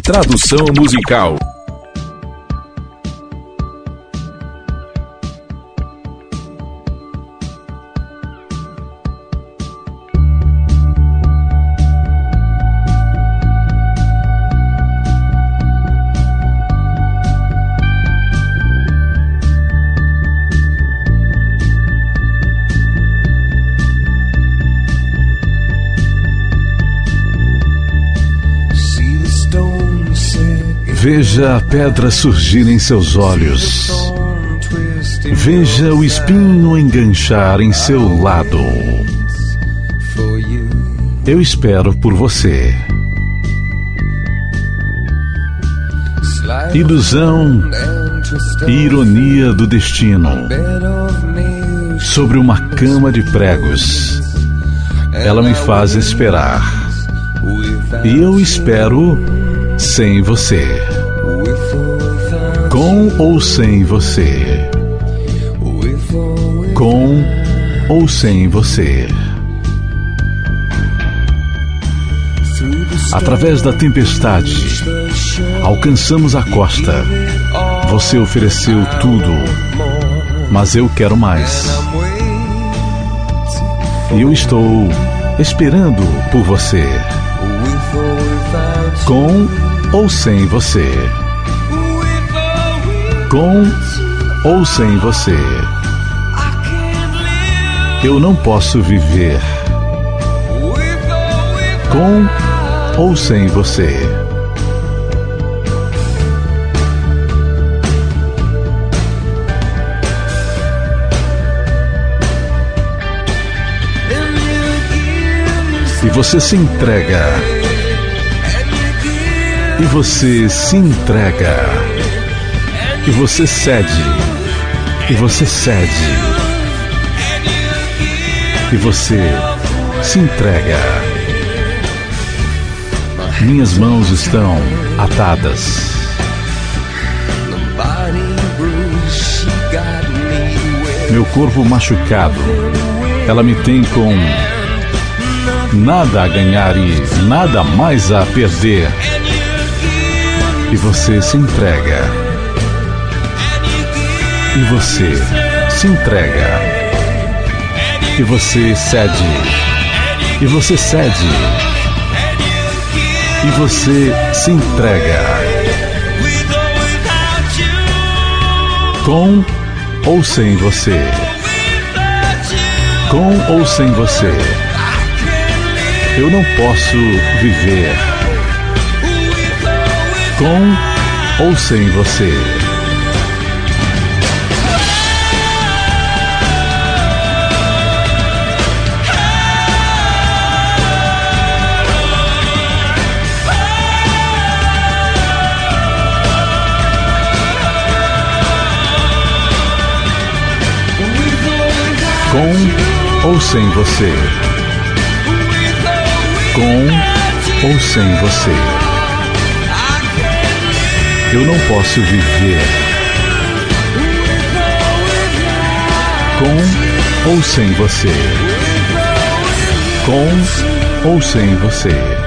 Tradução musical. Veja a pedra surgir em seus olhos. Veja o espinho enganchar em seu lado. Eu espero por você. Ilusão e ironia do destino. Sobre uma cama de pregos, ela me faz esperar. E eu espero sem você. Com ou sem você. Com ou sem você. Através da tempestade, alcançamos a costa. Você ofereceu tudo, mas eu quero mais. E eu estou esperando por você. Com ou sem você. Com ou sem você. Eu não posso viver. Com ou sem você. E você se entrega. E você se entrega. E você cede. E você cede. E você se entrega. Minhas mãos estão atadas. Meu corpo machucado. Ela me tem com nada a ganhar e nada mais a perder. E você se entrega. E você se entrega. E você cede. E você cede. E você se entrega. Com ou sem você. Com ou sem você. Eu não posso viver. Com ou sem você. Com ou sem você. Com ou sem você. Eu não posso viver. Com ou sem você. Com ou sem você.